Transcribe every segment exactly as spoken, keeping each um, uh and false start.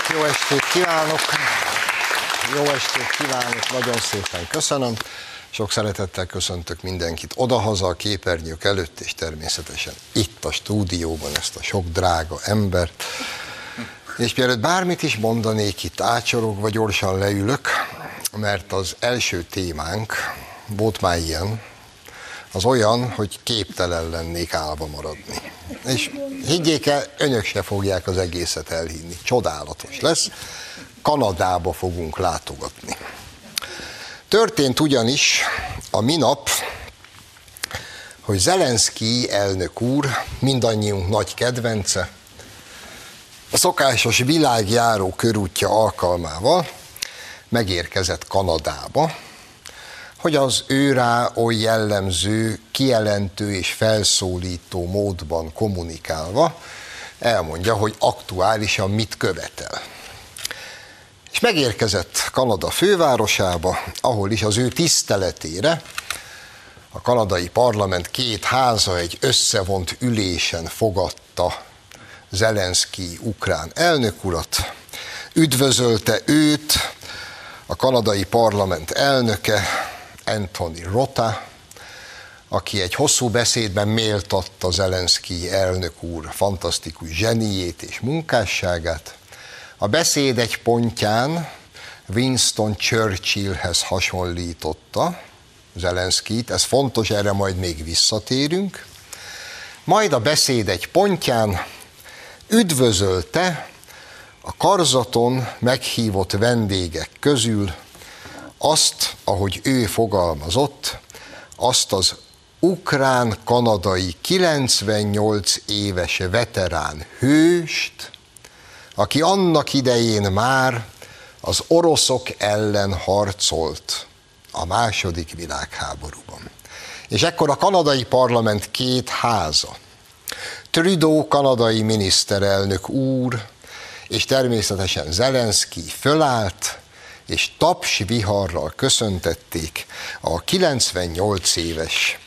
Jó estét kívánok! Jó estét kívánok, nagyon szépen köszönöm. Sok szeretettel köszöntök mindenkit odahaza a képernyők előtt, és természetesen itt a stúdióban ezt a sok drága embert. És mielőtt bármit is mondanék, itt átsorogva gyorsan leülök, mert az első témánk, volt már ilyen, az olyan, hogy képtelen lennék állva maradni. És higgyék el, önök se fogják az egészet elhinni. Csodálatos lesz. Kanadába fogunk látogatni. Történt ugyanis a minap, hogy Zelenszkij elnök úr, mindannyiunk nagy kedvence, a szokásos világjáró körútja alkalmával megérkezett Kanadába, hogy az őrá oly jellemző, kijelentő és felszólító módban kommunikálva elmondja, hogy aktuálisan mit követel. És megérkezett Kanada fővárosába, ahol is az ő tiszteletére a kanadai parlament két háza egy összevont ülésen fogadta Zelenszkij ukrán elnök urat, üdvözölte őt a kanadai parlament elnöke, Anthony Rota, aki egy hosszú beszédben méltatta Zelenszkij elnök úr fantasztikus zseniét és munkásságát. A beszéd egy pontján Winston Churchillhez hasonlította Zelenszkijt, ez fontos, erre majd még visszatérünk. Majd a beszéd egy pontján üdvözölte a karzaton meghívott vendégek közül azt, ahogy ő fogalmazott, azt az ukrán-kanadai kilencvennyolc éves veterán hőst, aki annak idején már az oroszok ellen harcolt a második világháborúban. És ekkor a kanadai parlament két háza, Trudeau kanadai miniszterelnök úr, és természetesen Zelenszkij fölállt, és tapsviharral köszöntették a kilencvennyolc éves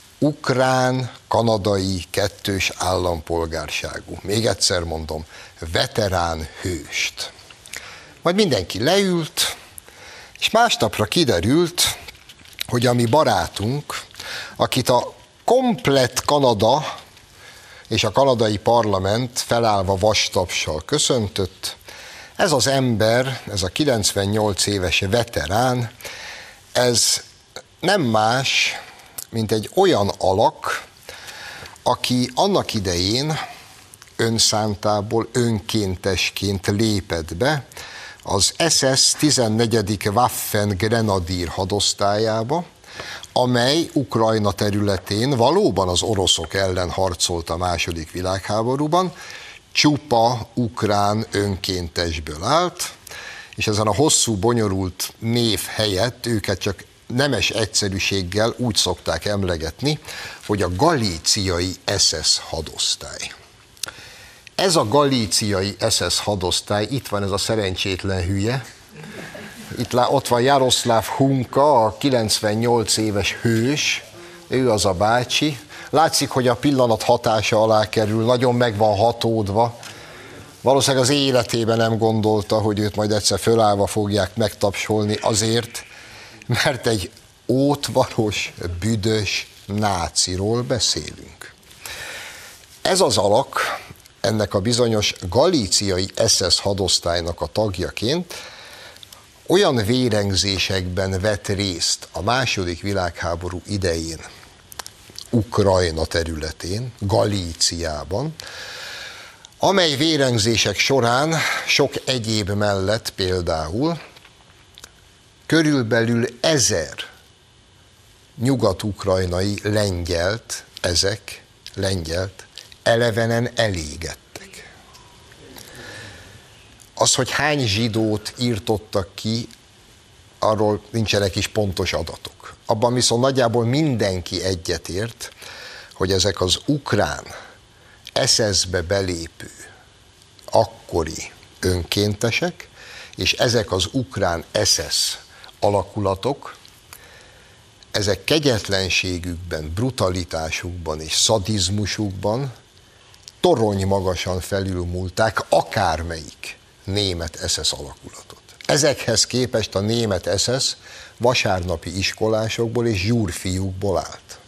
ukrán-kanadai kettős állampolgárságú, még egyszer mondom, veterán hőst. Majd mindenki leült, és másnapra kiderült, hogy a mi barátunk, akit a komplett Kanada és a kanadai parlament felállva vastapssal köszöntött, ez az ember, ez a kilencvennyolc éves veterán, ez nem más, mint egy olyan alak, aki annak idején önszántából, önkéntesként lépett be az es es tizennegyedik Waffen grenadír hadosztályába, amely Ukrajna területén valóban az oroszok ellen harcolt a második világháborúban, csupa ukrán önkéntesből állt, és ezen a hosszú, bonyolult név helyett őket csak nemes egyszerűséggel úgy szokták emlegetni, hogy a galíciai es es hadosztály. Ez a galíciai es es hadosztály, itt van ez a szerencsétlen hülye, itt ott van Jaroszláv Hunka, a kilencvennyolc éves hős, ő az a bácsi. Látszik, hogy a pillanat hatása alá kerül, nagyon meg van hatódva. Valószínűleg az életében nem gondolta, hogy őt majd egyszer fölállva fogják megtapsolni azért, mert egy ótvaros, büdös náciról beszélünk. Ez az alak, ennek a bizonyos galíciai es es hadosztálynak a tagjaként olyan vérengzésekben vett részt a második világháború idején, Ukrajna területén, Galíciában, amely vérengzések során sok egyéb mellett például körülbelül ezer nyugat-ukrajnai lengyelt, ezek lengyelt elevenen elégettek. Az, hogy hány zsidót írtottak ki, arról nincsenek is pontos adatok. Abban viszont nagyjából mindenki egyetért, hogy ezek az ukrán es es-be belépő akkori önkéntesek, és ezek az ukrán es es alakulatok, ezek kegyetlenségükben, brutalitásukban és szadizmusukban torony magasan felülmúlták akármelyik német es es alakulatot. Ezekhez képest a német es es vasárnapi iskolásokból és zsúrfiúkból állt.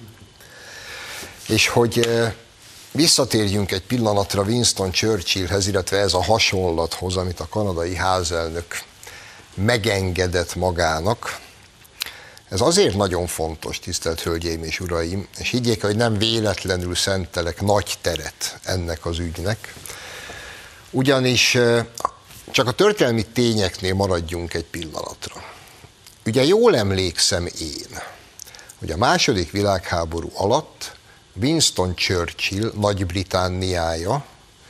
És hogy visszatérjünk egy pillanatra Winston Churchillhez, illetve ez a hasonlathoz, amit a kanadai házelnök megengedett magának. Ez azért nagyon fontos, tisztelt Hölgyeim és Uraim, és higgyék, hogy nem véletlenül szentelek nagy teret ennek az ügynek, ugyanis csak a történelmi tényeknél maradjunk egy pillanatra. Ugye jól emlékszem én, hogy a második világháború alatt Winston Churchill Nagy-Britanniája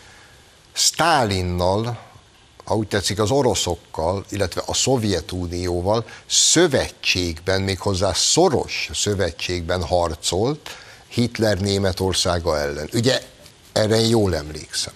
Sztálinnal, ha úgy tetszik, az oroszokkal, illetve a Szovjetunióval szövetségben, méghozzá szoros szövetségben harcolt Hitler Németországa ellen. Ugye erre én jól emlékszem.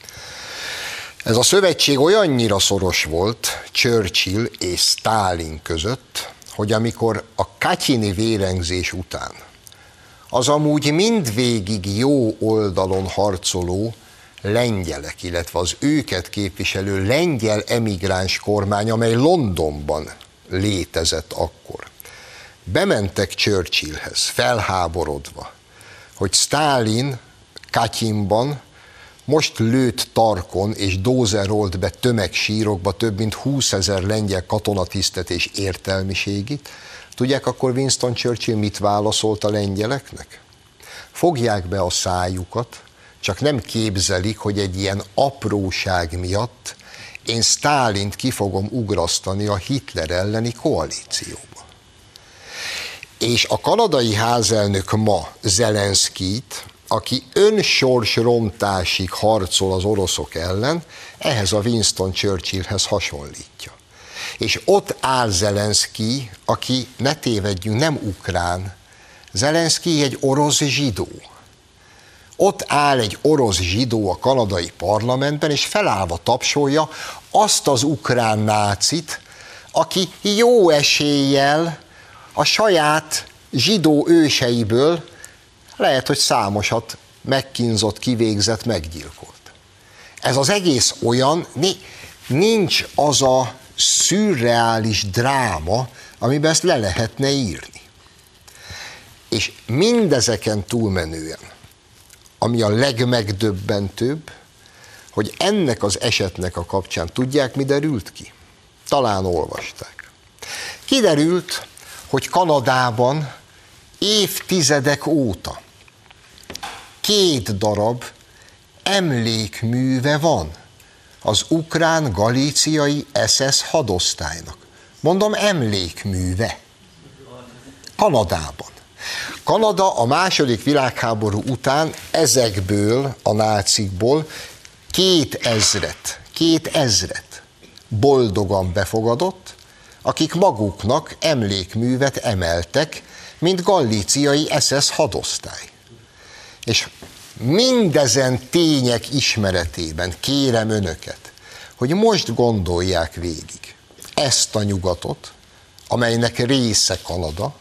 Ez a szövetség olyannyira szoros volt Churchill és Sztálin között, hogy amikor a katyini vérengzés után az amúgy mindvégig jó oldalon harcoló lengyelek, illetve az őket képviselő lengyel emigráns kormány, amely Londonban létezett akkor, bementek Churchillhez felháborodva, hogy Sztálin Katyinban most lőtt tarkon és dózerolt be tömegsírokba több mint húszezer lengyel katonatisztet és értelmiségit. Tudják akkor Winston Churchill mit válaszolt a lengyeleknek? Fogják be a szájukat, csak nem képzelik, hogy egy ilyen apróság miatt én Sztálint ki fogom ugrasztani a Hitler elleni koalícióba. És a kanadai házelnök ma Zelenszkijt, aki önsorsrontásig harcol az oroszok ellen, ehhez a Winston Churchillhez hasonlítja. És ott áll Zelenszkij, aki, ne tévedjünk, nem ukrán. Zelenszkij egy orosz zsidó. Ott áll egy orosz zsidó a kanadai parlamentben, és felállva tapsolja azt az ukrán nácit, aki jó eséllyel a saját zsidó őseiből lehet, hogy számosat megkínzott, kivégzett, meggyilkolt. Ez az egész olyan, nincs az a szürreális dráma, amiben ezt le lehetne írni. És mindezeken túlmenően, ami a legmegdöbbentőbb, hogy ennek az esetnek a kapcsán tudják, mi derült ki? Talán olvasták. Kiderült, hogy Kanadában évtizedek óta két darab emlékműve van az ukrán galíciai es es hadosztálynak. Mondom, emlékműve. Kanadában. Kanada a második világháború után ezekből a nácikból két ezret, két ezret boldogan befogadott, akik maguknak emlékművet emeltek, mint galíciai es es hadosztály. És mindezen tények ismeretében kérem önöket, hogy most gondolják végig ezt a nyugatot, amelynek része Kanada,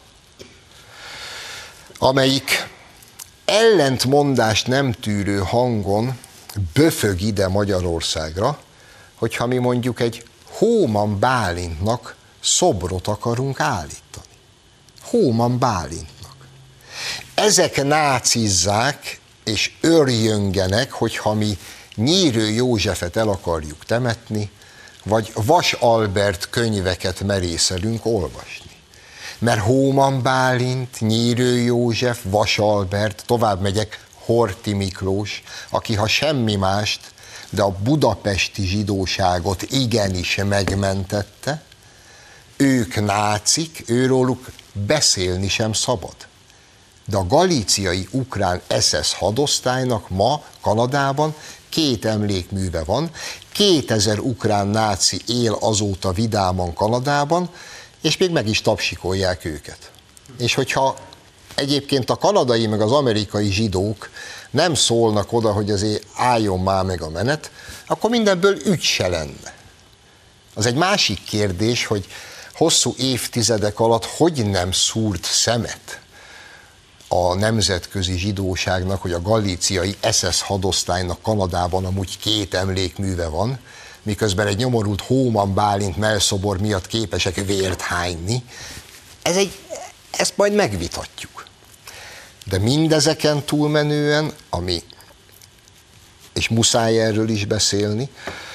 amelyik ellentmondást nem tűrő hangon böfög ide Magyarországra, hogyha mi mondjuk egy Hóman Bálintnak szobrot akarunk állítani. Hóman Bálintnak. Ezek nácizzák és örjöngenek, hogyha mi Nyírő Józsefet el akarjuk temetni, vagy Vas Albert könyveket merészelünk olvasni. Mert Hóman Bálint, Nyírő József, Vas Albert, tovább megyek, Horthy Miklós, aki ha semmi mást, de a budapesti zsidóságot igenis megmentette, ők nácik, őróluk beszélni sem szabad. De a galíciai ukrán es es hadosztálynak ma Kanadában két emlékműve van, kétezer ukrán náci él azóta vidáman Kanadában, és még meg is tapsikolják őket. És hogyha egyébként a kanadai meg az amerikai zsidók nem szólnak oda, hogy azért álljon már meg a menet, akkor mindenből ügy se lenne. Az egy másik kérdés, hogy hosszú évtizedek alatt hogy nem szúrt szemet a nemzetközi zsidóságnak, hogy a galíciai es es hadosztálynak Kanadában amúgy két emlékműve van, miközben egy nyomorult Hóman Bálint mellszobor miatt képesek vért hányni. Ez egy, ezt majd megvitatjuk. De mindezeken túlmenően, ami, és muszáj erről is beszélni,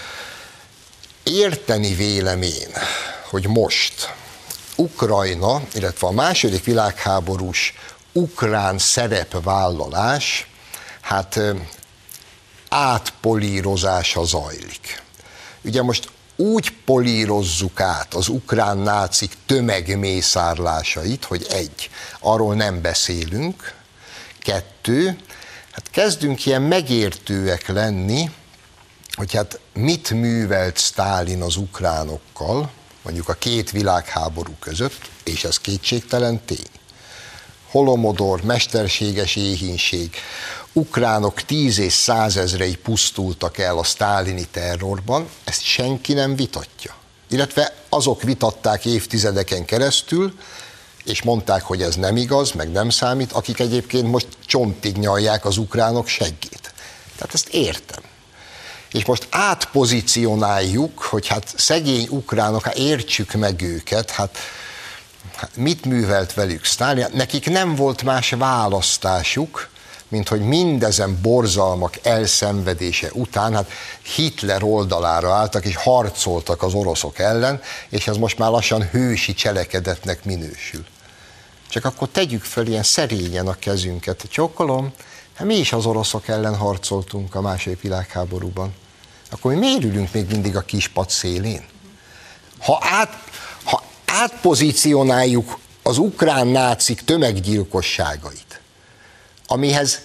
érteni vélem én, hogy most Ukrajna, illetve a második világháborús ukrán szerepvállalás, hát átpolírozása zajlik. Ugye most úgy polírozzuk át az ukrán nácik tömegmészárlásait, hogy egy, arról nem beszélünk, kettő, hát kezdünk ilyen megértőek lenni, hogy hát mit művelt Sztálin az ukránokkal, mondjuk a két világháború között, és ez kétségtelen tény. Holomodor, mesterséges éhínség, ukránok tíz és százezrei pusztultak el a sztálini terrorban, ezt senki nem vitatja. Illetve azok vitatták évtizedeken keresztül, és mondták, hogy ez nem igaz, meg nem számít, akik egyébként most csontig nyalják az ukránok seggét. Tehát ezt értem. És most átpozicionáljuk, hogy hát szegény ukránok, hát értsük meg őket, hát, hát mit művelt velük Sztálin? Nekik nem volt más választásuk, mint hogy mindezen borzalmak elszenvedése után hát Hitler oldalára álltak és harcoltak az oroszok ellen, és ez most már lassan hősi cselekedetnek minősül. Csak akkor tegyük föl ilyen szerényen a kezünket. Csókolom, hát mi is az oroszok ellen harcoltunk a második világháborúban. Akkor mi miért ülünk még mindig a kispad szélén? Ha, át, ha átpozicionáljuk az ukrán nácik tömeggyilkosságait, amihez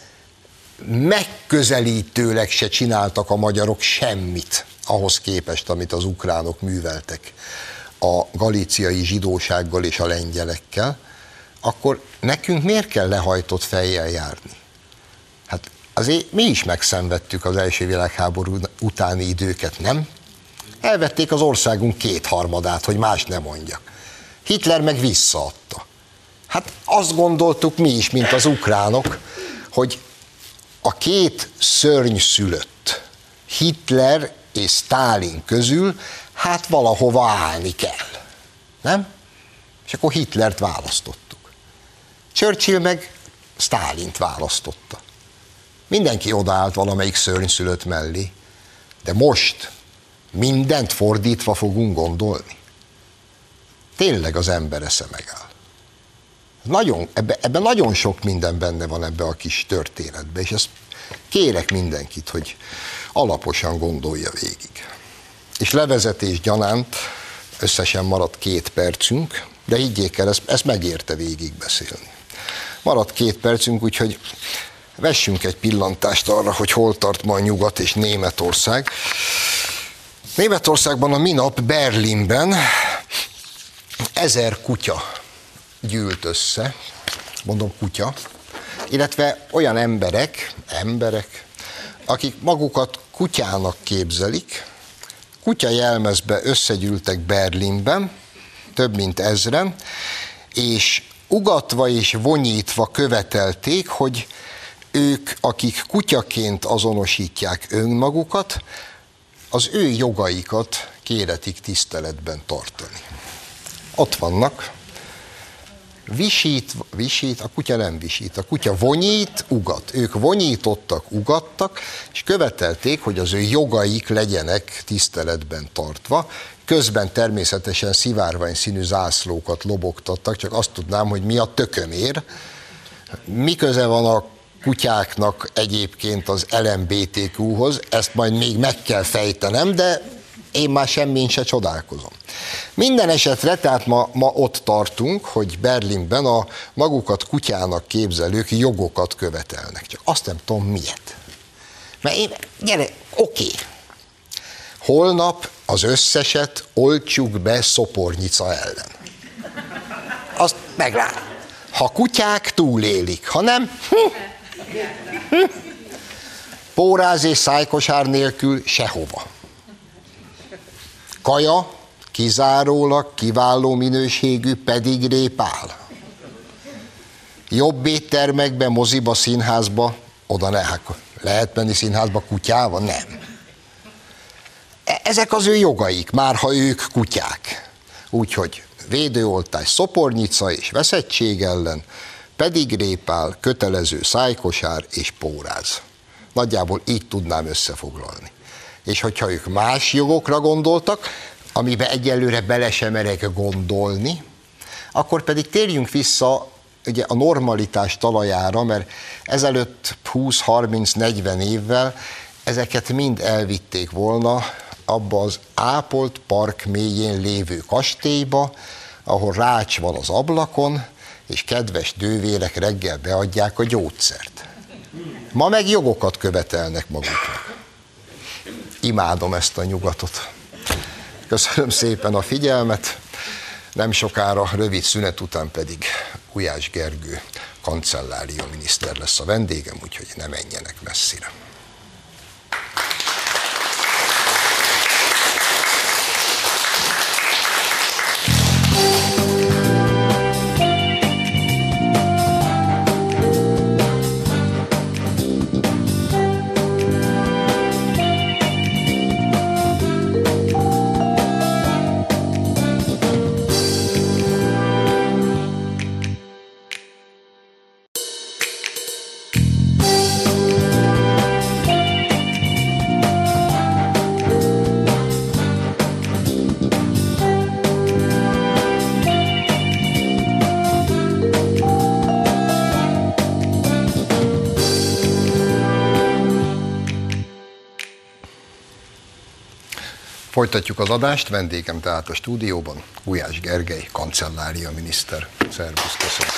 megközelítőleg se csináltak a magyarok semmit ahhoz képest, amit az ukránok műveltek a galíciai zsidósággal és a lengyelekkel, akkor nekünk miért kell lehajtott fejjel járni? Hát azért mi is megszenvedtük az első világháború utáni időket, nem? Elvették az országunk kétharmadát, hogy más ne mondjak. Hitler meg visszaadta. Hát azt gondoltuk mi is, mint az ukránok, hogy a két szörnyszülött, Hitler és Sztálin közül, hát valahova állni kell. Nem? És akkor Hitlert választottuk. Churchill meg Sztálint választotta. Mindenki odaállt valamelyik szörnyszülött mellé. De most mindent fordítva fogunk gondolni. Tényleg az ember esze megáll. Nagyon, ebben ebbe nagyon sok minden benne van ebbe a kis történetbe, és ezt kérek mindenkit, hogy alaposan gondolja végig. És levezetés gyanánt összesen maradt két percünk, de higgyék el, ezt, ezt megérte végigbeszélni. Maradt két percünk, úgyhogy vessünk egy pillantást arra, hogy hol tart ma a Nyugat és Németország. Németországban a minap Berlinben ezer kutya gyűlt össze, mondom kutya, illetve olyan emberek, emberek, akik magukat kutyának képzelik, kutya jelmezbe összegyűltek Berlinben, több mint ezren, és ugatva és vonyítva követelték, hogy ők, akik kutyaként azonosítják önmagukat, az ő jogaikat kéretik tiszteletben tartani. Ott vannak, visít, visít, a kutya nem visít, a kutya vonyít, ugat. Ők vonyítottak, ugattak, és követelték, hogy az ő jogaik legyenek tiszteletben tartva. Közben természetesen szivárvány színű zászlókat lobogtattak, csak azt tudnám, hogy mi a tökömér. Mi köze van a kutyáknak egyébként az el em bé té kúhoz, ezt majd még meg kell fejtenem, de én már semmin se csodálkozom. Minden esetre, tehát ma, ma ott tartunk, hogy Berlinben a magukat kutyának képzelők jogokat követelnek. Csak azt nem tudom miért. Mert én, gyere, oké. Okay. Holnap az összeset oltsuk be Szopornyica ellen. Azt meglát. Ha kutyák túlélik, ha nem, hm, hm, póráz és szájkosár nélkül sehova. Kaja kizárólag kiváló minőségű pedigré pál. Jobb éttermekbe, moziba, színházba, oda ne, lehet menni színházba kutyával? Nem. ezek az ő jogaik, már ha ők kutyák. Úgyhogy védőoltás szopornyica és veszettség ellen, pedigrépál, kötelező szájkosár és póráz. Nagyjából így tudnám összefoglalni. És hogyha ők más jogokra gondoltak, amiben egyelőre bele sem merek gondolni, akkor pedig térjünk vissza ugye a normalitás talajára, mert ezelőtt húsz, harminc, negyven évvel ezeket mind elvitték volna abba az ápolt park mélyén lévő kastélyba, ahol rács van az ablakon, és kedves nővérek reggel beadják a gyógyszert. Ma meg jogokat követelnek maguknak. Imádom ezt a nyugatot. Köszönöm szépen a figyelmet, nem sokára, rövid szünet után pedig Gulyás Gergő kancellária miniszter lesz a vendégem, úgyhogy ne menjenek messzire. Folytatjuk az adást, vendégem tehát a stúdióban Gulyás Gergely, kancellária miniszter. Szervusz, köszönöm.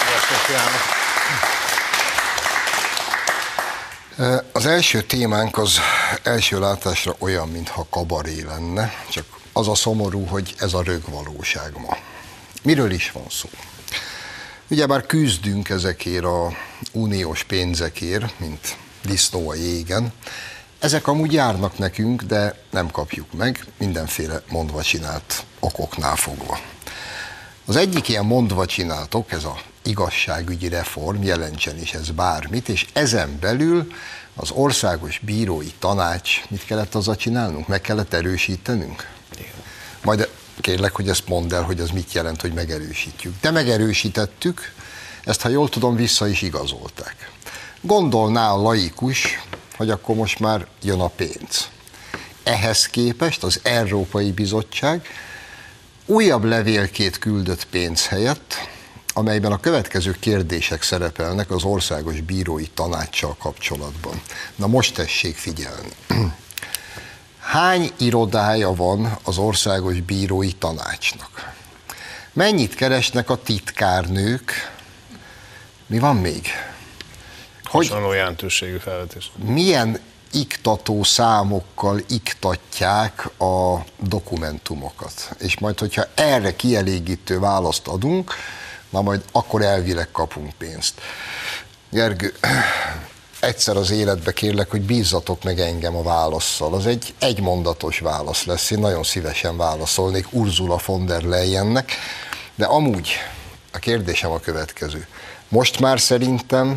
Az első témánk az első látásra olyan, mintha kabaré lenne, csak az a szomorú, hogy ez a rögvalóság ma. Miről is van szó? Ugyebár küzdünk ezekért az uniós pénzekért, mint disznó a jégen. Ezek amúgy járnak nekünk, de nem kapjuk meg, mindenféle mondva csinált okoknál fogva. Az egyik ilyen mondva csinált ok, ez a igazságügyi reform, jelentsen is ez bármit, és ezen belül az Országos Bírói Tanács, mit kellett azzal csinálnunk? Meg kellett erősítenünk? Majd kérlek, hogy ezt mondd el, hogy az mit jelent, hogy megerősítjük. De megerősítettük, ezt ha jól tudom, vissza is igazolták. Gondolná a laikus, hogy akkor most már jön a pénz. Ehhez képest az Európai Bizottság újabb levélkét küldött pénz helyett, amelyben a következő kérdések szerepelnek az Országos Bírói Tanácssal kapcsolatban. Na most tessék figyelni. Hány irodája van az Országos Bírói Tanácsnak? Mennyit keresnek a titkárnők? Mi van még? Hogy hasonló jelentőségű felvetés. Milyen iktató számokkal iktatják a dokumentumokat? És majd, hogyha erre kielégítő választ adunk, na majd akkor elvileg kapunk pénzt. Gergő, egyszer az életbe kérlek, hogy bízzatok meg engem a válasszal. Az egy egymondatos válasz lesz, én nagyon szívesen válaszolnék Ursula von der Leyennek, de amúgy a kérdésem a következő. Most már szerintem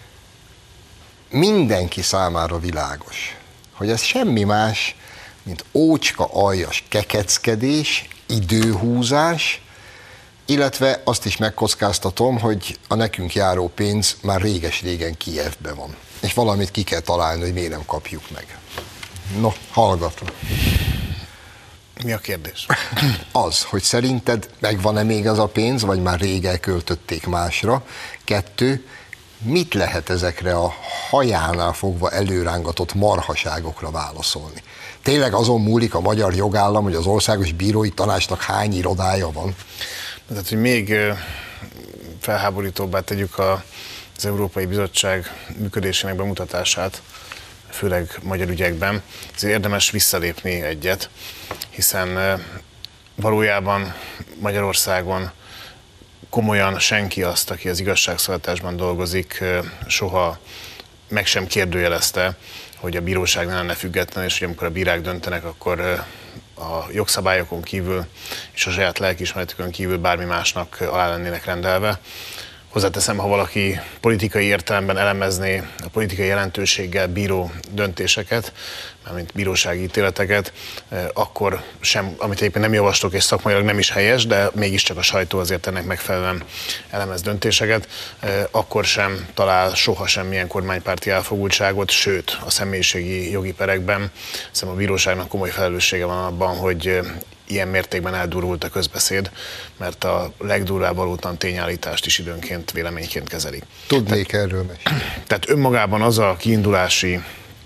mindenki számára világos, hogy ez semmi más, mint ócska aljas kekeckedés, időhúzás, illetve azt is megkockáztatom, hogy a nekünk járó pénz már réges-régen Kijevben van. És valamit ki kell találni, hogy miért nem kapjuk meg. No, hallgatom. Mi a kérdés? Az, hogy szerinted megvan-e még az a pénz, vagy már rég elköltötték másra. Kettő, mit lehet ezekre a hajánál fogva előrángatott marhaságokra válaszolni? Tényleg azon múlik a magyar jogállam, hogy az Országos Bírói Tanácsnak hány irodája van? Tehát, hogy még felháborítóbbá tegyük az Európai Bizottság működésének bemutatását, főleg magyar ügyekben, ezért érdemes visszalépni egyet, hiszen valójában Magyarországon komolyan senki azt, aki az igazságszolgáltatásban dolgozik, soha meg sem kérdőjelezte, hogy a bíróság ne lenne független, és hogy amikor a bírák döntenek, akkor a jogszabályokon kívül és a saját lelkiismeretükön kívül bármi másnak alá lennének rendelve. Hozzáteszem, ha valaki politikai értelemben elemezné a politikai jelentőséggel bíró döntéseket, mármint bírósági ítéleteket, akkor sem, amit éppen nem javaslok és szakmailag nem is helyes, de mégiscsak a sajtó azért ennek megfelelően elemez döntéseket, akkor sem talál soha semmilyen kormánypárti elfogultságot, sőt a személyiségi jogi perekben hiszem a bíróságnak komoly felelőssége van abban, hogy ilyen mértékben eldurult a közbeszéd, mert a legdurvább valótlan tényállítást is időnként véleményként kezelik. Tudnék tehát, erről mesélni. Tehát önmagában az a kiindulási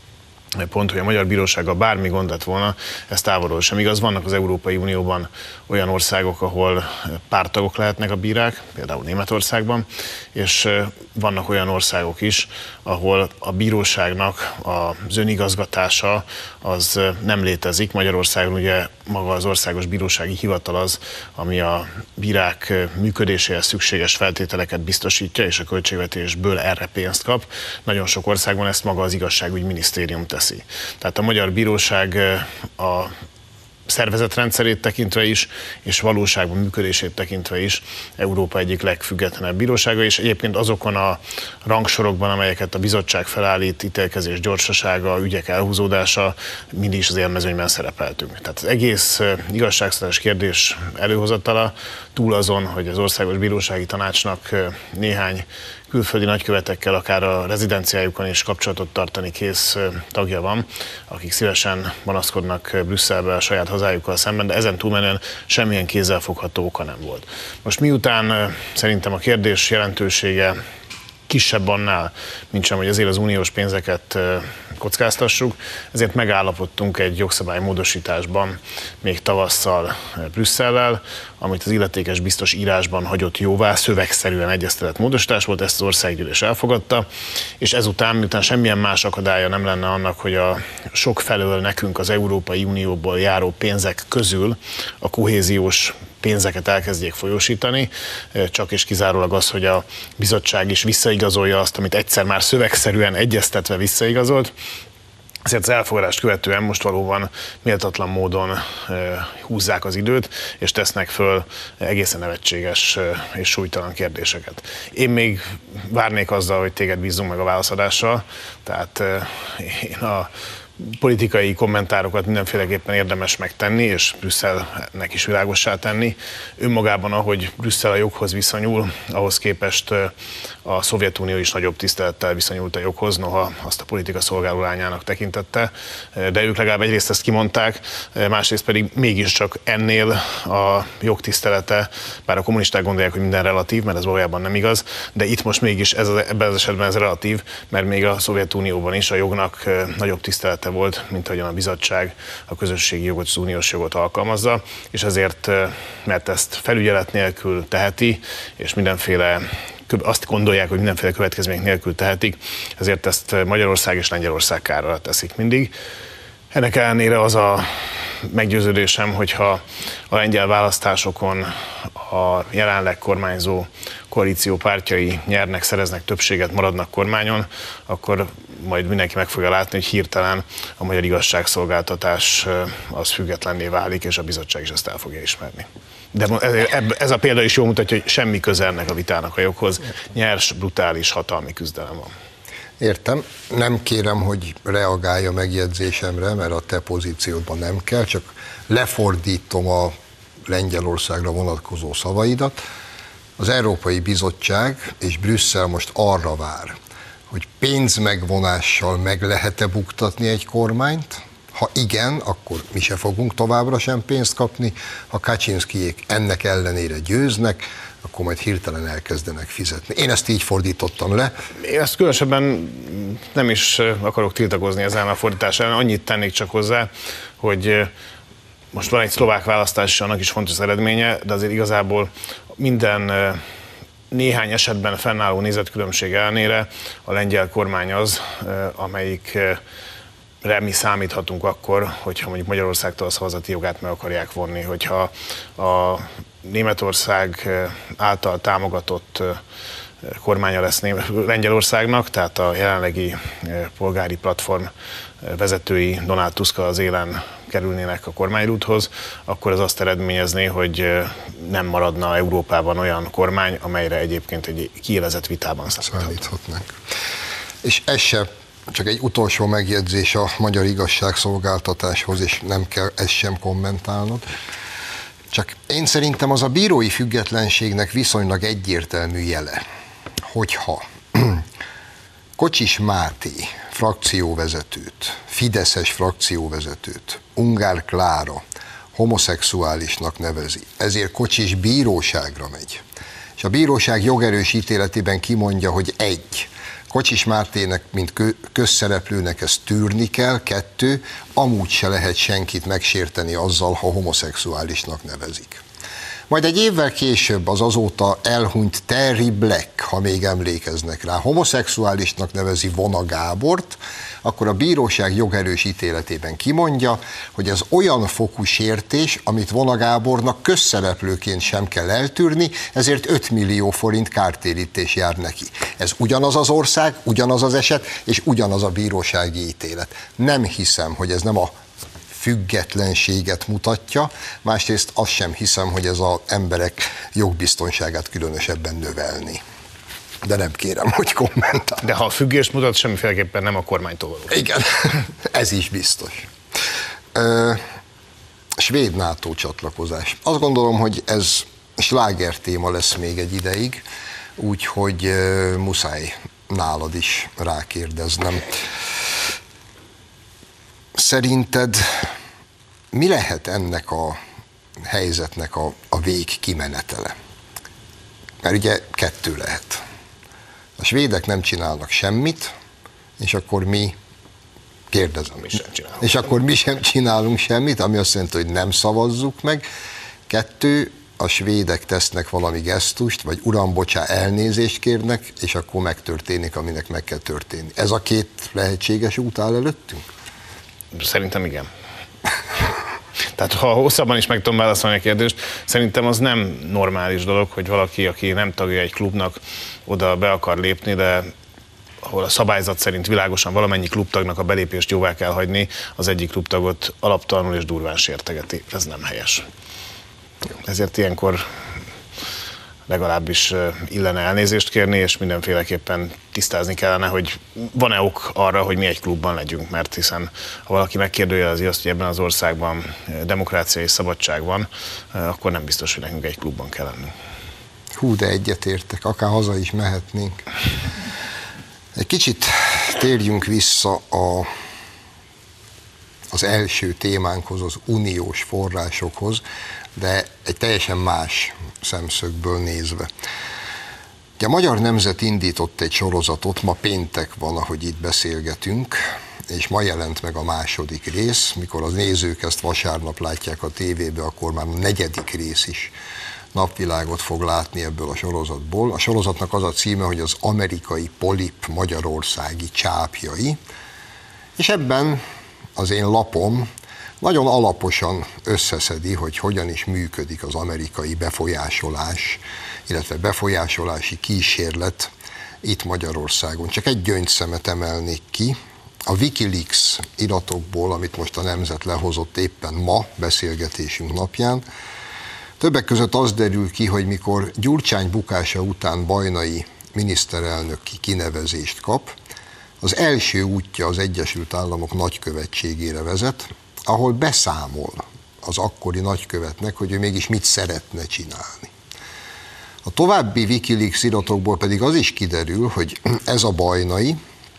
pont, hogy a magyar bírósággal bármi gond lett volna, ez távolról sem igaz. Vannak az Európai Unióban olyan országok, ahol párttagok lehetnek a bírák, például Németországban, és vannak olyan országok is, ahol a bíróságnak az önigazgatása az nem létezik. Magyarországon ugye maga az Országos Bírósági Hivatal az, ami a bírák működéséhez szükséges feltételeket biztosítja, és a költségvetésből erre pénzt kap. Nagyon sok országban ezt maga az igazságügyi minisztérium teszi. Tehát a magyar bíróság a szervezetrendszerét tekintve is, és valóságban működését tekintve is Európa egyik legfüggetlenebb bírósága, és egyébként azokon a rangsorokban, amelyeket a bizottság felállít, ítélkezés gyorsasága, ügyek elhúzódása, mindig is az élmezőnyben szerepeltünk. Tehát az egész igazságszolgáltatás kérdés előhozatala túl azon, hogy az Országos Bírósági Tanácsnak néhány külföldi nagykövetekkel, akár a rezidenciájukon is kapcsolatot tartani kész tagja van, akik szívesen panaszkodnak Brüsszelbe a saját hazájukkal szemben, de ezen túlmenően semmilyen kézzelfogható oka nem volt. Most miután szerintem a kérdés jelentősége kisebb annál, mint sem, hogy azért az uniós pénzeket kockáztassuk, ezért megállapodtunk egy jogszabálymódosításban még tavasszal Brüsszellel, amit az illetékes biztos írásban hagyott jóvá, szövegszerűen egyeztetett módosítás volt, ezt az országgyűlés elfogadta, és ezután, miután semmilyen más akadálya nem lenne annak, hogy a sok felől nekünk az Európai Unióból járó pénzek közül a kohéziós pénzeket elkezdjék folyósítani, csak és kizárólag az, hogy a bizottság is visszaigazolja azt, amit egyszer már szövegszerűen egyeztetve visszaigazolt. Ezért az elfogadást követően most valóban méltatlan módon húzzák az időt, és tesznek föl egészen nevetséges és súlytalan kérdéseket. Én még várnék azzal, hogy téged bízzunk meg a válaszadással, tehát én a politikai kommentárokat mindenféleképpen érdemes megtenni, és Brüsszelnek is világossá tenni. Önmagában, ahogy Brüsszel a joghoz viszonyul, ahhoz képest a Szovjetunió is nagyobb tisztelettel viszonyult a joghoz, noha azt a politika szolgáló lányának tekintette, de ők legalább egyrészt ezt kimondták, másrészt pedig mégiscsak ennél a jogtisztelete, bár a kommunisták gondolják, hogy minden relatív, mert ez valójában nem igaz, de itt most mégis ez, ebben az esetben ez relatív, mert még a Szovjetunióban is a jognak nagyobb tisztelete volt, mint ahogyan a bizottság a közösségi jogot, az uniós jogot alkalmazza, és ezért, mert ezt felügyelet nélkül teheti, és mindenféle azt gondolják, hogy mindenféle következmények nélkül tehetik, ezért ezt Magyarország és Lengyelország kárára teszik mindig. Ennek ellenére az a meggyőződésem, hogyha a lengyel választásokon a jelenleg kormányzó koalíció pártjai nyernek, szereznek többséget, maradnak kormányon, akkor majd mindenki meg fogja látni, hogy hirtelen a magyar igazságszolgáltatás az függetlenné válik, és a bizottság is ezt el fogja ismerni. De ez a példa is jól mutatja, hogy semmi köze ennek a vitának a joghoz. Nyers, brutális, hatalmi küzdelem van. Értem. Nem kérem, hogy reagálja a megjegyzésemre, mert a te pozíciódban nem kell, csak lefordítom a Lengyelországra vonatkozó szavaidat. Az Európai Bizottság és Brüsszel most arra vár, hogy pénzmegvonással meg lehet-e buktatni egy kormányt? Ha igen, akkor mi se fogunk továbbra sem pénzt kapni. Ha Kaczynszkijék ennek ellenére győznek, akkor majd hirtelen elkezdenek fizetni. Én ezt így fordítottam le. Én ezt különösebben nem is akarok tiltakozni ezen a fordítás ellen. Annyit tennék csak hozzá, hogy most van egy szlovák választás, és annak is fontos az eredménye, de azért igazából minden néhány esetben fennálló nézetkülönbség ellenére a lengyel kormány az, amelyikre mi számíthatunk akkor, hogyha mondjuk Magyarországtól a szavazati jogát meg akarják vonni, hogyha a Németország által támogatott kormánya lesz Lengyelországnak, tehát a jelenlegi polgári platform vezetői Donald Tusk az élen kerülnének a kormányrúdhoz, akkor az azt eredményezné, hogy nem maradna Európában olyan kormány, amelyre egyébként egy kiélezett vitában számíthatnak. És ez se, csak egy utolsó megjegyzés a magyar igazságszolgáltatáshoz, és nem kell ezt sem kommentálnod. Csak én szerintem az a bírói függetlenségnek viszonylag egyértelmű jele, hogyha Kocsis Máté frakcióvezetőt, fideszes frakcióvezetőt Ungár Klára homoszexuálisnak nevezi, ezért Kocsis bíróságra megy, és a bíróság jogerős ítéletében kimondja, hogy egy, Kocsis Mátének, mint közszereplőnek ezt tűrni kell, kettő, amúgy se lehet senkit megsérteni azzal, ha homoszexuálisnak nevezik. Majd egy évvel később az azóta elhunyt Terry Black, ha még emlékeznek rá, homoszexuálisnak nevezi Vona Gábort, akkor a bíróság jogerős ítéletében kimondja, hogy ez olyan fokú sértés, amit Vona Gábornak közszereplőként sem kell eltűrni, ezért öt millió forint kártérítés jár neki. Ez ugyanaz az ország, ugyanaz az eset, és ugyanaz a bírósági ítélet. Nem hiszem, hogy ez nem a függetlenséget mutatja, másrészt azt sem hiszem, hogy ez az emberek jogbiztonságát különösebben növelni. De nem kérem, hogy kommentálj. De ha a függés mutat, semmiféleképpen nem a kormánytól való. Igen, ez is biztos. Ö, svéd NATO csatlakozás. Azt gondolom, hogy ez sláger téma lesz még egy ideig, úgyhogy ö, muszáj nálad is rákérdeznem. Szerinted mi lehet ennek a helyzetnek a, a végkimenetele? Mert ugye kettő lehet. A svédek nem csinálnak semmit, és akkor mi, kérdezem, mi sem csinálunk. és akkor mi sem csinálunk semmit, ami azt jelenti, hogy nem szavazzuk meg. Kettő, a svédek tesznek valami gesztust, vagy uram, bocsá, elnézést kérnek, és akkor megtörténik, aminek meg kell történni. Ez a két lehetséges út áll előttünk? Szerintem igen. Tehát ha hosszabban is meg tudom válaszolni a kérdést, szerintem az nem normális dolog, hogy valaki, aki nem tagja egy klubnak, oda be akar lépni, de ahol a szabályzat szerint világosan valamennyi klubtagnak a belépést jóvá kell hagyni, az egyik klubtagot alaptalanul és durván sértegeti. Ez nem helyes. Ezért ilyenkor legalábbis illene elnézést kérni, és mindenféleképpen tisztázni kellene, hogy van-e ok arra, hogy mi egy klubban legyünk, mert hiszen ha valaki megkérdőjelezi azt, hogy ebben az országban demokrácia és szabadság van, akkor nem biztos, hogy nekünk egy klubban kell lennünk. Hú, de egyetértek, akár haza is mehetnénk. Egy kicsit térjünk vissza a, az első témánkhoz, az uniós forrásokhoz, de egy teljesen más szemszögből nézve. Ugye a Magyar Nemzet indított egy sorozatot, ma péntek van, ahogy itt beszélgetünk, és ma jelent meg a második rész, mikor az nézők ezt vasárnap látják a tévébe, akkor már a negyedik rész is napvilágot fog látni ebből a sorozatból. A sorozatnak az a címe, hogy az amerikai polip magyarországi csápjai, és ebben az én lapom nagyon alaposan összeszedi, hogy hogyan is működik az amerikai befolyásolás, illetve befolyásolási kísérlet itt Magyarországon. Csak egy gyöngyszemet emelnék ki. A Wikileaks iratokból, amit most a Nemzet lehozott éppen ma, beszélgetésünk napján, többek között az derül ki, hogy mikor Gyurcsány bukása után Bajnai miniszterelnöki kinevezést kap, az első útja az Egyesült Államok nagykövetségére vezet, ahol beszámol az akkori nagykövetnek, hogy ő mégis mit szeretne csinálni. A további Wikileaks iratokból pedig az is kiderül, hogy ez a Bajnai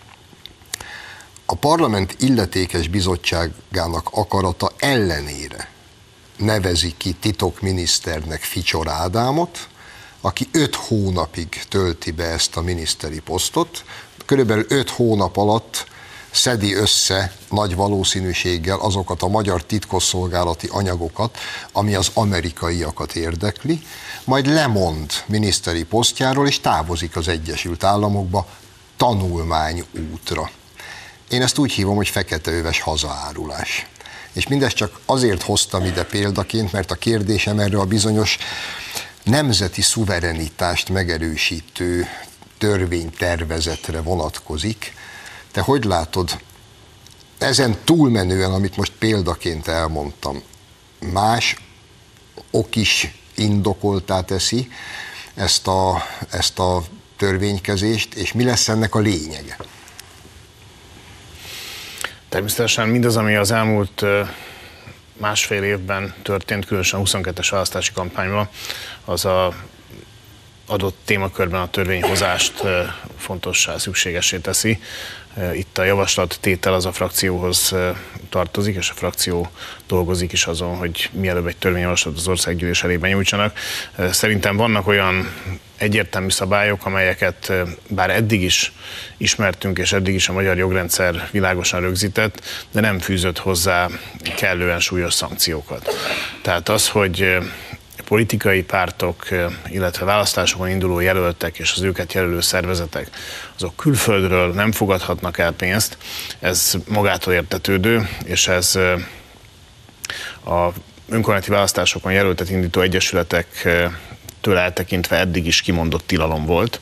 a parlament illetékes bizottságának akarata ellenére nevezi ki titokminiszternek Ficsor Ádámot, aki öt hónapig tölti be ezt a miniszteri posztot, körülbelül öt hónap alatt szedi össze nagy valószínűséggel azokat a magyar titkosszolgálati anyagokat, ami az amerikaiakat érdekli, majd lemond miniszteri posztjáról, és távozik az Egyesült Államokba tanulmány útra. Én ezt úgy hívom, hogy feketeöves hazaárulás. És mindezt csak azért hoztam ide példaként, mert a kérdésem erre a bizonyos nemzeti szuverenitást megerősítő törvénytervezetre vonatkozik. Te hogy látod, ezen túlmenően, amit most példaként elmondtam, más ok is indokoltá teszi ezt a, ezt a törvénykezést, és mi lesz ennek a lényege? Természetesen mindaz, ami az elmúlt másfél évben történt, különösen a huszonkettes választási kampányban, az a adott témakörben a törvényhozást fontossá, szükségessé teszi. Itt a javaslat tétel az a frakcióhoz tartozik, és a frakció dolgozik is azon, hogy mielőbb egy törvényjavaslat az országgyűlés elé benyújtsanak. Szerintem vannak olyan egyértelmű szabályok, amelyeket bár eddig is ismertünk, és eddig is a magyar jogrendszer világosan rögzített, de nem fűzött hozzá kellően súlyos szankciókat. Tehát az, hogy politikai pártok, illetve választásokon induló jelöltek és az őket jelölő szervezetek, azok külföldről nem fogadhatnak el pénzt, ez magától értetődő, és ez a önkormányzati választásokon jelöltet indító egyesületektől eltekintve eddig is kimondott tilalom volt,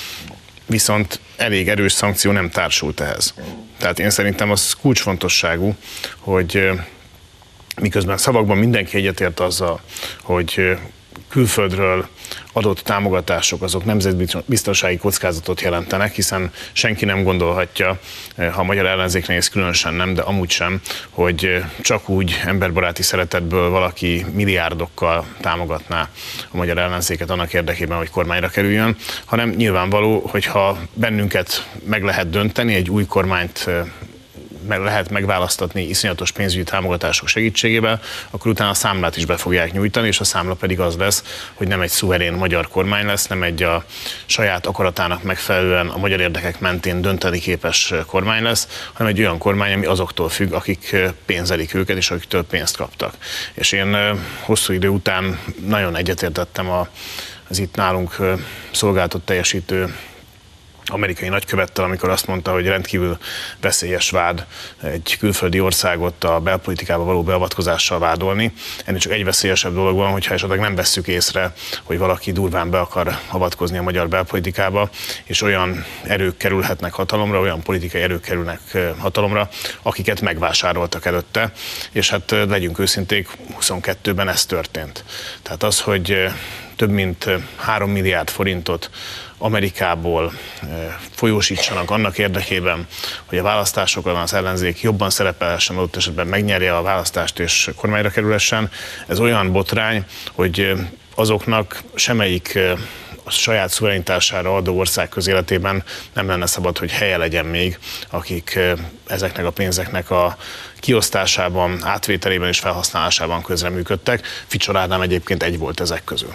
viszont elég erős szankció nem társult ehhez. Tehát én szerintem az kulcsfontosságú, hogy miközben szavakban mindenki egyetért azzal, hogy külföldről adott támogatások azok nemzetbiztonsági kockázatot jelentenek, hiszen senki nem gondolhatja, ha a magyar ellenzék néz, különösen nem, de amúgy sem, hogy csak úgy emberbaráti szeretetből valaki milliárdokkal támogatná a magyar ellenzéket annak érdekében, hogy kormányra kerüljön, hanem nyilvánvaló, hogyha bennünket meg lehet dönteni, egy új kormányt meg lehet megválasztatni iszonyatos pénzügyi támogatások segítségével, akkor utána a számlát is be fogják nyújtani, és a számla pedig az lesz, hogy nem egy szuverén magyar kormány lesz, nem egy a saját akaratának megfelelően a magyar érdekek mentén dönteni képes kormány lesz, hanem egy olyan kormány, ami azoktól függ, akik pénzelik őket, és akiktől pénzt kaptak. És én hosszú idő után nagyon egyetértettem az itt nálunk szolgáltat teljesítő amerikai nagykövettel, amikor azt mondta, hogy rendkívül veszélyes vád egy külföldi országot a belpolitikába való beavatkozással vádolni. Ennél csak egy veszélyesebb dolog van, hogyha esetleg nem vesszük észre, hogy valaki durván be akar avatkozni a magyar belpolitikába, és olyan erők kerülhetnek hatalomra, olyan politikai erők kerülnek hatalomra, akiket megvásároltak előtte, és hát legyünk őszinték, huszonkettőben ez történt. Tehát az, hogy több mint három milliárd forintot Amerikából folyósítsanak annak érdekében, hogy a választásokon az ellenzék jobban szerepelhessen, adott esetben megnyerje a választást és kormányra kerülhessen. Ez olyan botrány, hogy azoknak semmelyik a saját szuverenitására adó ország közéletében nem lenne szabad, hogy helye legyen még, akik ezeknek a pénzeknek a kiosztásában, átvételében és felhasználásában közreműködtek. Ficson Ádám egyébként egy volt ezek közül.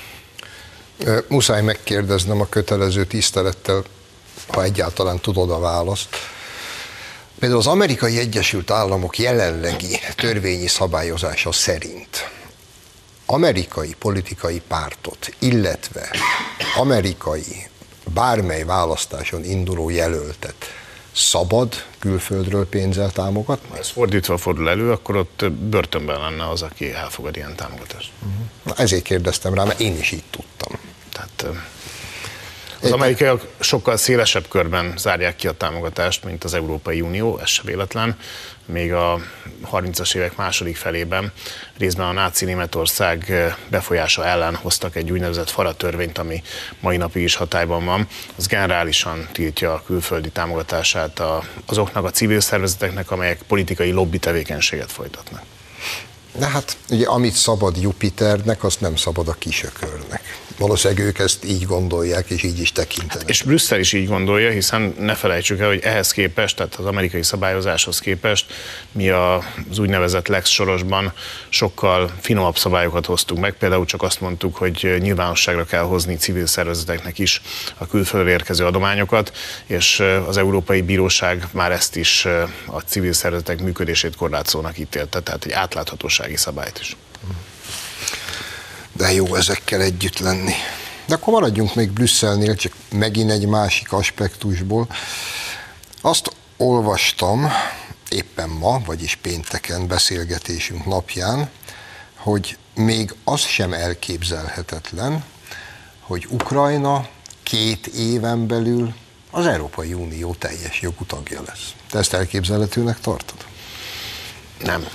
Muszáj megkérdeznem a kötelező tisztelettel, ha egyáltalán tudod a választ. Például az Amerikai Egyesült Államok jelenlegi törvényi szabályozása szerint amerikai politikai pártot, illetve amerikai bármely választáson induló jelöltet szabad külföldről pénzzel támogatni? Ha ez fordítva fordul elő, akkor ott börtönben lenne az, aki elfogad ilyen támogatást. Na, ezért kérdeztem rá, mert én is így tudtam. Tehát az amerikaiak sokkal szélesebb körben zárják ki a támogatást, mint az Európai Unió, ez se véletlen. Még a harmincas évek második felében részben a náci Németország befolyása ellen hoztak egy úgynevezett FARA törvényt, ami mai napig is hatályban van. Az generálisan tiltja a külföldi támogatását azoknak a civil szervezeteknek, amelyek politikai lobby tevékenységet folytatnak. Na hát, ugye amit szabad Jupiternek, azt nem szabad a kisökörnek. Valószínűleg ők ezt így gondolják, és így is tekintenek. Hát és Brüsszel is így gondolja, hiszen ne felejtsük el, hogy ehhez képest, tehát az amerikai szabályozáshoz képest mi az úgynevezett Lex Sorosban sokkal finomabb szabályokat hoztunk meg. Például csak azt mondtuk, hogy nyilvánosságra kell hozni civil szervezeteknek is a külföldről érkező adományokat, és az Európai Bíróság már ezt is a civil szervezetek működését korlátozónak ítélte, tehát egy átláthatósági szabályt is. De jó ezekkel együtt lenni. De akkor maradjunk még Brüsszelnél, csak megint egy másik aspektusból. Azt olvastam éppen ma, vagyis pénteken beszélgetésünk napján, hogy még az sem elképzelhetetlen, hogy Ukrajna két éven belül az Európai Unió teljes jogú tagja lesz. Te ezt elképzelhetőnek tartod? Nem.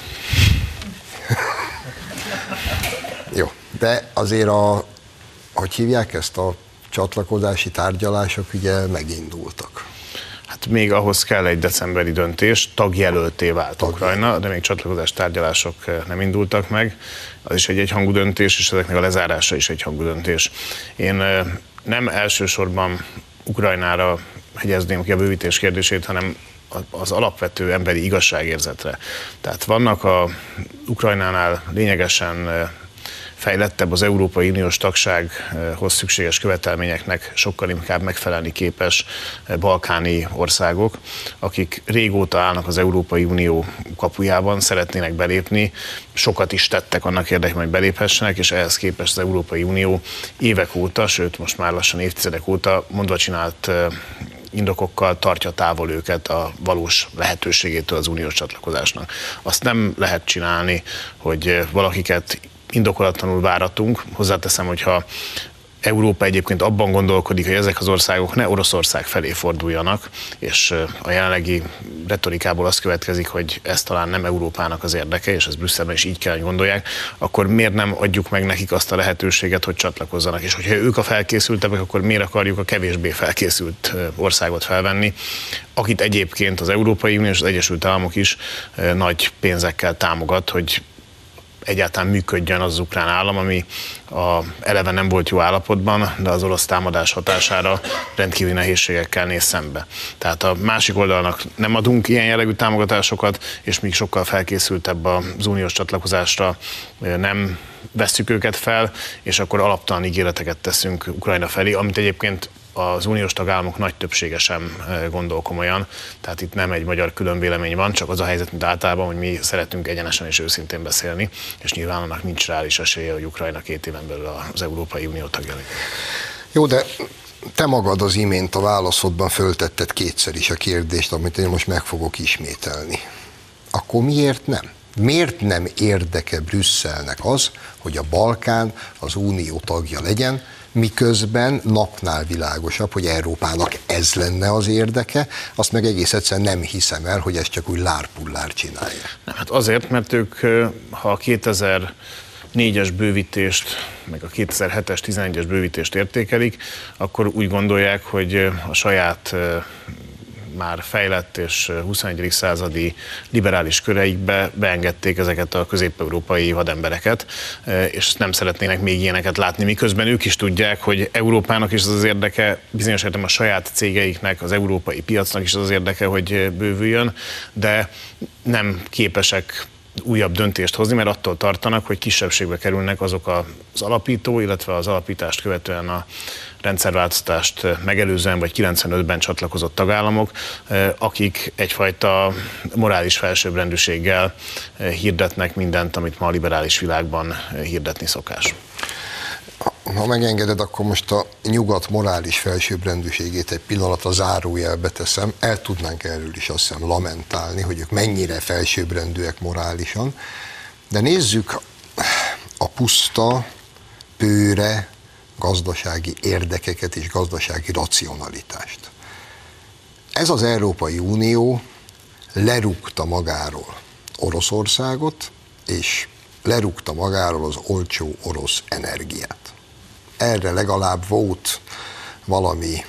Jó, de azért a, hogy hívják ezt, a csatlakozási tárgyalások ugye megindultak. Hát még ahhoz kell egy decemberi döntés, tagjelölté vált Tag. Ukrajna, de még csatlakozás tárgyalások nem indultak meg. Az is egy egyhangú döntés, és ezeknek a lezárása is egyhangú döntés. Én nem elsősorban Ukrajnára hegyezném ki a bővítés kérdését, hanem az alapvető emberi igazságérzetre. Tehát vannak a Ukrajnánál lényegesen fejlettebb, az Európai Uniós tagsághoz szükséges követelményeknek sokkal inkább megfelelni képes balkáni országok, akik régóta állnak az Európai Unió kapujában, szeretnének belépni, sokat is tettek annak érdekében, hogy beléphessenek, és ehhez képest az Európai Unió évek óta, sőt most már lassan évtizedek óta mondva csinált indokokkal tartja távol őket a valós lehetőségétől az uniós csatlakozásnak. Azt nem lehet csinálni, hogy valakiket indokolatlanul váratunk. Hozzáteszem, hogyha Európa egyébként abban gondolkodik, hogy ezek az országok ne Oroszország felé forduljanak, és a jelenlegi retorikából az következik, hogy ez talán nem Európának az érdeke, és ez Brüsszelben is így kell, hogy gondolják, akkor miért nem adjuk meg nekik azt a lehetőséget, hogy csatlakozzanak? És hogyha ők a felkészültebbek, akkor miért akarjuk a kevésbé felkészült országot felvenni, akit egyébként az Európai Unió és az Egyesült Államok is nagy pénzekkel támogat, hogy egyáltalán működjön az ukrán állam, ami a, eleve nem volt jó állapotban, de az orosz támadás hatására rendkívüli nehézségekkel néz szembe. Tehát a másik oldalnak nem adunk ilyen jellegű támogatásokat, és még sokkal felkészültebb az uniós csatlakozásra nem vesszük őket fel, és akkor alaptalan ígéreteket teszünk Ukrajna felé, amit egyébként az uniós tagállamok nagy többsége sem gondol komolyan, tehát itt nem egy magyar különvélemény van, csak az a helyzet, mint általában, hogy mi szeretünk egyenesen és őszintén beszélni, és nyilván annak nincs reális esélye, hogy Ukrajna két éven belül az Európai Unió tagja legyen. Jó, de te magad az imént a válaszodban föltetted kétszer is a kérdést, amit én most meg fogok ismételni. Akkor miért nem? Miért nem érdeke Brüsszelnek az, hogy a Balkán az unió tagja legyen, miközben napnál világosabb, hogy Európának ez lenne az érdeke, azt meg egész egyszerűen nem hiszem el, hogy ezt csak úgy lárpullár csinálja. Nem, hát azért, mert ők, ha a kétezer-négyes bővítést, meg a kétezer-hetes, tizenegyes bővítést értékelik, akkor úgy gondolják, hogy a saját már fejlett és huszonegyedik századi liberális köreikbe beengedték ezeket a közép-európai vadembereket, és nem szeretnének még ilyeneket látni, miközben ők is tudják, hogy Európának is az az érdeke, bizonyos értelemben a saját cégeiknek, az európai piacnak is az az érdeke, hogy bővüljön, de nem képesek újabb döntést hozni, mert attól tartanak, hogy kisebbségbe kerülnek azok az alapító, illetve az alapítást követően a rendszerváltoztatást megelőzően vagy kilencvenötben csatlakozott tagállamok, akik egyfajta morális felsőbbrendűséggel hirdetnek mindent, amit ma a liberális világban hirdetni szokás. Ha megengeded, akkor most a nyugat morális felsőbbrendűségét egy pillanatra zárójelbe teszem. El tudnánk erről is azt hiszem lamentálni, hogy ők mennyire felsőbbrendűek morálisan, de nézzük a puszta, pőre, gazdasági érdekeket és gazdasági racionalitást. Ez az Európai Unió lerúgta magáról Oroszországot, és lerúgta magáról az olcsó orosz energiát. Erre legalább volt valami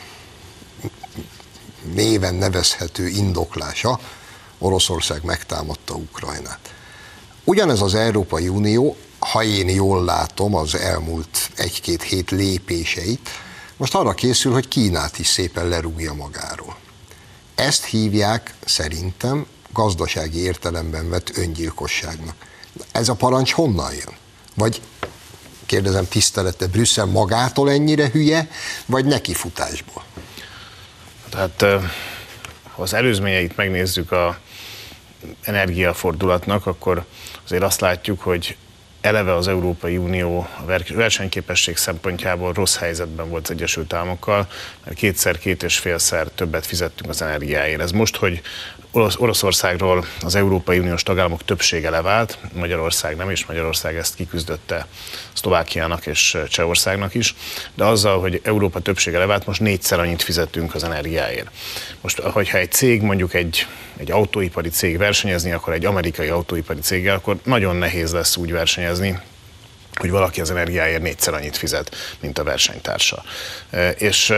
néven nevezhető indoklása, Oroszország megtámadta Ukrajnát. Ugyanez az Európai Unió, ha én jól látom az elmúlt egy-két hét lépéseit, most arra készül, hogy Kínát is szépen lerúgja magáról. Ezt hívják szerintem gazdasági értelemben vett öngyilkosságnak. Ez a parancs honnan jön? Vagy kérdezem tisztelete, Brüsszel magától ennyire hülye, vagy nekifutásból? Tehát ha az előzményeit megnézzük az energiafordulatnak, akkor azért azt látjuk, hogy eleve az Európai Unió versenyképesség szempontjából rossz helyzetben volt az Egyesült Államokkal, mert kétszer, két és félszer többet fizettünk az energiáért. Ez most, hogy Orosz, Oroszországról az Európai Uniós tagállamok többsége levált, Magyarország nem, és Magyarország ezt kiküzdötte Szlovákiának és Csehországnak is, de azzal, hogy Európa többsége levált, most négyszer annyit fizetünk az energiáért. Most, hogyha egy cég, mondjuk egy, egy autóipari cég versenyezni, akkor egy amerikai autóipari céggel, akkor nagyon nehéz lesz úgy versenyezni, hogy valaki az energiáért négyszer annyit fizet, mint a versenytársa. És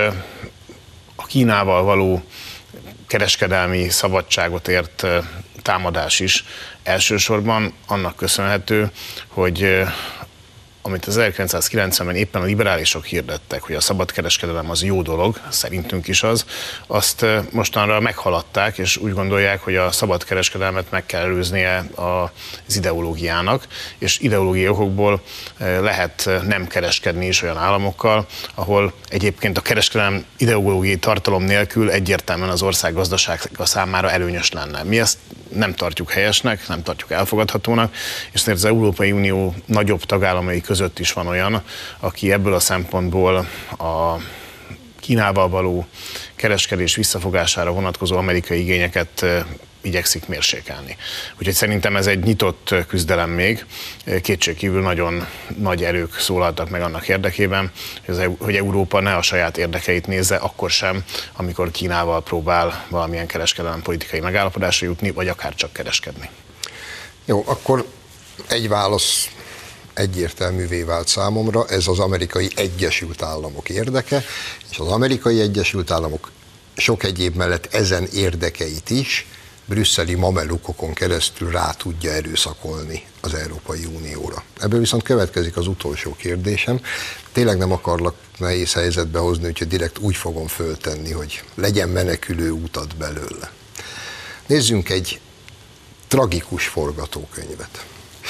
a Kínával való kereskedelmi szabadságot ért támadás is elsősorban annak köszönhető, hogy amit az ezerkilencszázkilencvenben éppen a liberálisok hirdettek, hogy a szabadkereskedelem az jó dolog, szerintünk is az, azt mostanra meghaladták, és úgy gondolják, hogy a szabadkereskedelmet meg kell előznie az ideológiának, és ideológiai okokból lehet nem kereskedni is olyan államokkal, ahol egyébként a kereskedelem ideológiai tartalom nélkül egyértelműen az ország gazdasága számára előnyös lenne. Mi ezt nem tartjuk helyesnek, nem tartjuk elfogadhatónak, és az Európai Unió nagyobb tagállamai között is van olyan, aki ebből a szempontból a Kínával való kereskedés visszafogására vonatkozó amerikai igényeket igyekszik mérsékelni. Úgyhogy szerintem ez egy nyitott küzdelem még. Kétségkívül nagyon nagy erők szólaltak meg annak érdekében, hogy Európa ne a saját érdekeit nézze, akkor sem, amikor Kínával próbál valamilyen kereskedelem politikai megállapodásra jutni, vagy akár csak kereskedni. Jó, akkor egy válasz egyértelművé vált számomra, ez az Amerikai Egyesült Államok érdeke, és az Amerikai Egyesült Államok sok egyéb mellett ezen érdekeit is brüsszeli mamelukokon keresztül rá tudja erőszakolni az Európai Unióra. Ebből viszont következik az utolsó kérdésem. Tényleg nem akarlak nehéz helyzetbe hozni, úgyhogy direkt úgy fogom föltenni, hogy legyen menekülő útat belőle. Nézzünk egy tragikus forgatókönyvet.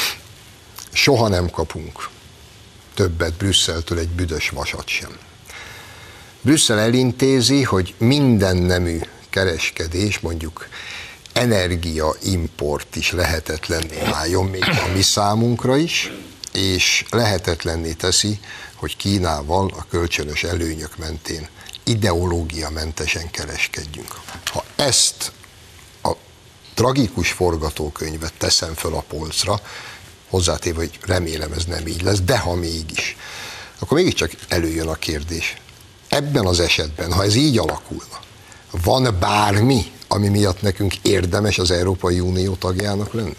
Soha nem kapunk többet Brüsszeltől egy büdös vasat sem. Brüsszel elintézi, hogy minden nemű kereskedés, mondjuk energiaimport is lehetetlenné váljon, még a mi számunkra is, és lehetetlenné teszi, hogy Kínával a kölcsönös előnyök mentén ideológiamentesen kereskedjünk. Ha ezt a tragikus forgatókönyvet teszem föl a polcra, hozzátéve, hogy remélem ez nem így lesz, de ha mégis, akkor mégiscsak előjön a kérdés. Ebben az esetben, ha ez így alakulna, van bármi, ami miatt nekünk érdemes az Európai Unió tagjának lenni?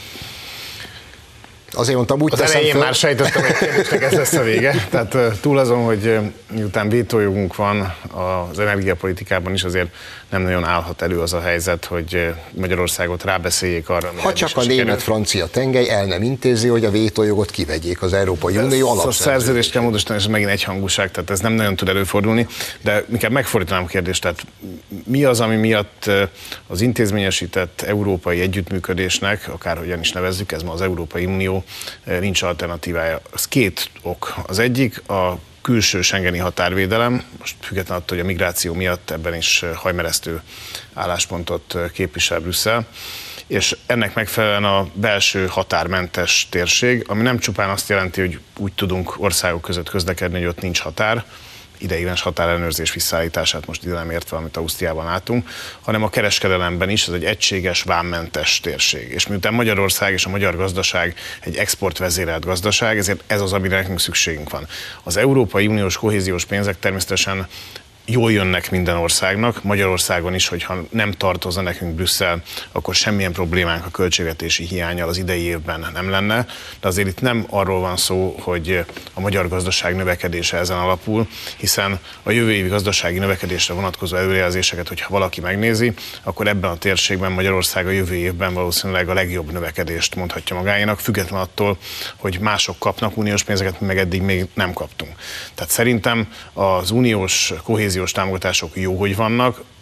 Azért mondtam, úgy az teszem elején föl... már sejtettem, hogy kérdésnek ez lesz a vége. Tehát túl azon, hogy miután vétójogunk van az energiapolitikában is, azért nem nagyon állhat elő az a helyzet, hogy Magyarországot rábeszéljék arra. Ha csak a német-francia tengely el nem intézi, hogy a vétójogot kivegyék az Európai Unió alapszerződését. A szerződést kell módosítani, és megint egyhangúság, tehát ez nem nagyon tud előfordulni, de inkább megfordítanám a kérdést, tehát mi az, ami miatt az intézményesített európai együttműködésnek, akárhogyan is nevezzük, ez ma az Európai Unió, nincs alternatívája. Az két ok. Az egyik a külső schengeni határvédelem, most függetlenül attól, hogy a migráció miatt ebben is hajmeresztő álláspontot képvisel Brüsszel, és ennek megfelelően a belső határmentes térség, ami nem csupán azt jelenti, hogy úgy tudunk országok között közlekedni, hogy ott nincs határ, ideiglenes határellenőrzés visszaállítását most ide nem értve, amit Ausztriában látunk, hanem a kereskedelemben is ez egy egységes, vámmentes térség. És miután Magyarország és a magyar gazdaság egy exportvezérelt gazdaság, ezért ez az, amire nekünk szükségünk van. Az Európai Uniós kohéziós pénzek természetesen jól jönnek minden országnak, Magyarországon is, hogyha nem tartozna nekünk Brüsszel, akkor semmilyen problémánk a költségvetési hiánnyal az idei évben nem lenne, de azért itt nem arról van szó, hogy a magyar gazdaság növekedése ezen alapul, hiszen a jövő évi gazdasági növekedésre vonatkozó előrejelzéseket, hogyha valaki megnézi, akkor ebben a térségben Magyarország a jövő évben valószínűleg a legjobb növekedést mondhatja magáénak, független attól, hogy mások kapnak uniós pénzeket, mi meg eddig még nem kaptunk. Tehát szerintem az uniós kohéziós támogatások jó, hogy vannak,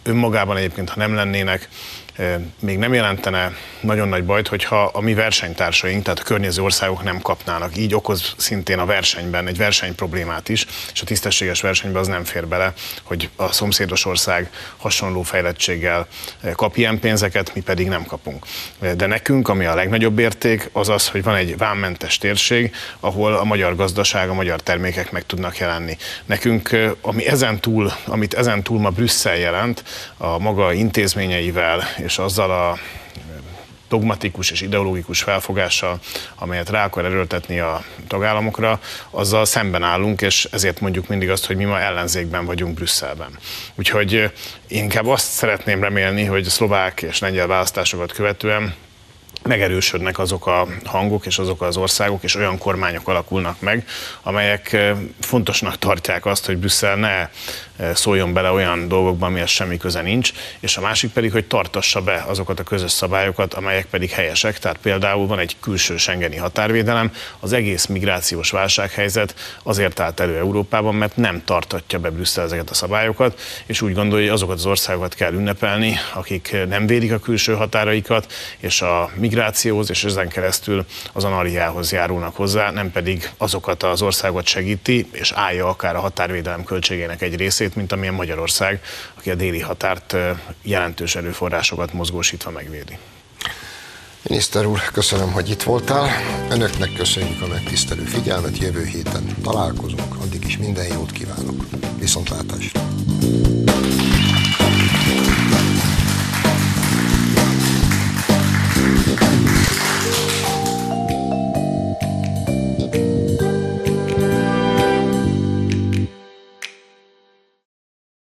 önmagában egyébként, ha nem lennének, még nem jelentene nagyon nagy bajt, hogyha a mi versenytársaink, tehát a környező országok nem kapnának. Így okoz szintén a versenyben egy verseny problémát is, és a tisztességes versenyben az nem fér bele, hogy a szomszédos ország hasonló fejlettséggel kap ilyen pénzeket, mi pedig nem kapunk. De nekünk, ami a legnagyobb érték, az az, hogy van egy vámmentes térség, ahol a magyar gazdaság, a magyar termékek meg tudnak jelenni. Nekünk, ami ezen túl, amit ezen túl ma Brüsszel jelent, a maga intézményeivel és azzal a dogmatikus és ideológikus felfogással, amelyet rá akar erőltetni a tagállamokra, azzal szemben állunk, és ezért mondjuk mindig azt, hogy mi ma ellenzékben vagyunk Brüsszelben. Úgyhogy én inkább azt szeretném remélni, hogy a szlovák és lengyel választásokat követően megerősödnek azok a hangok és azok az országok, és olyan kormányok alakulnak meg, amelyek fontosnak tartják azt, hogy Brüsszel ne szóljon bele olyan dolgokban, amihez semmi köze nincs, és a másik pedig, hogy tartassa be azokat a közös szabályokat, amelyek pedig helyesek. Tehát például van egy külső schengeni határvédelem, az egész migrációs válsághelyzet azért állt elő Európában, mert nem tartatja be Brüsszel ezeket a szabályokat, és úgy gondolja, hogy azokat az országokat kell ünnepelni, akik nem védik a külső határaikat, és a migrációhoz, és ezen keresztül az anarchiához járulnak hozzá, nem pedig azokat az országokat segíti, és állja akár a határvédelem költségének egy részét, mint amilyen Magyarország, aki a déli határt jelentős erőforrásokat mozgósítva megvédi. Miniszter úr, köszönöm, hogy itt voltál. Önöknek köszönjük a megtisztelő figyelmet, jövő héten találkozunk, addig is minden jót kívánok. Viszontlátásra!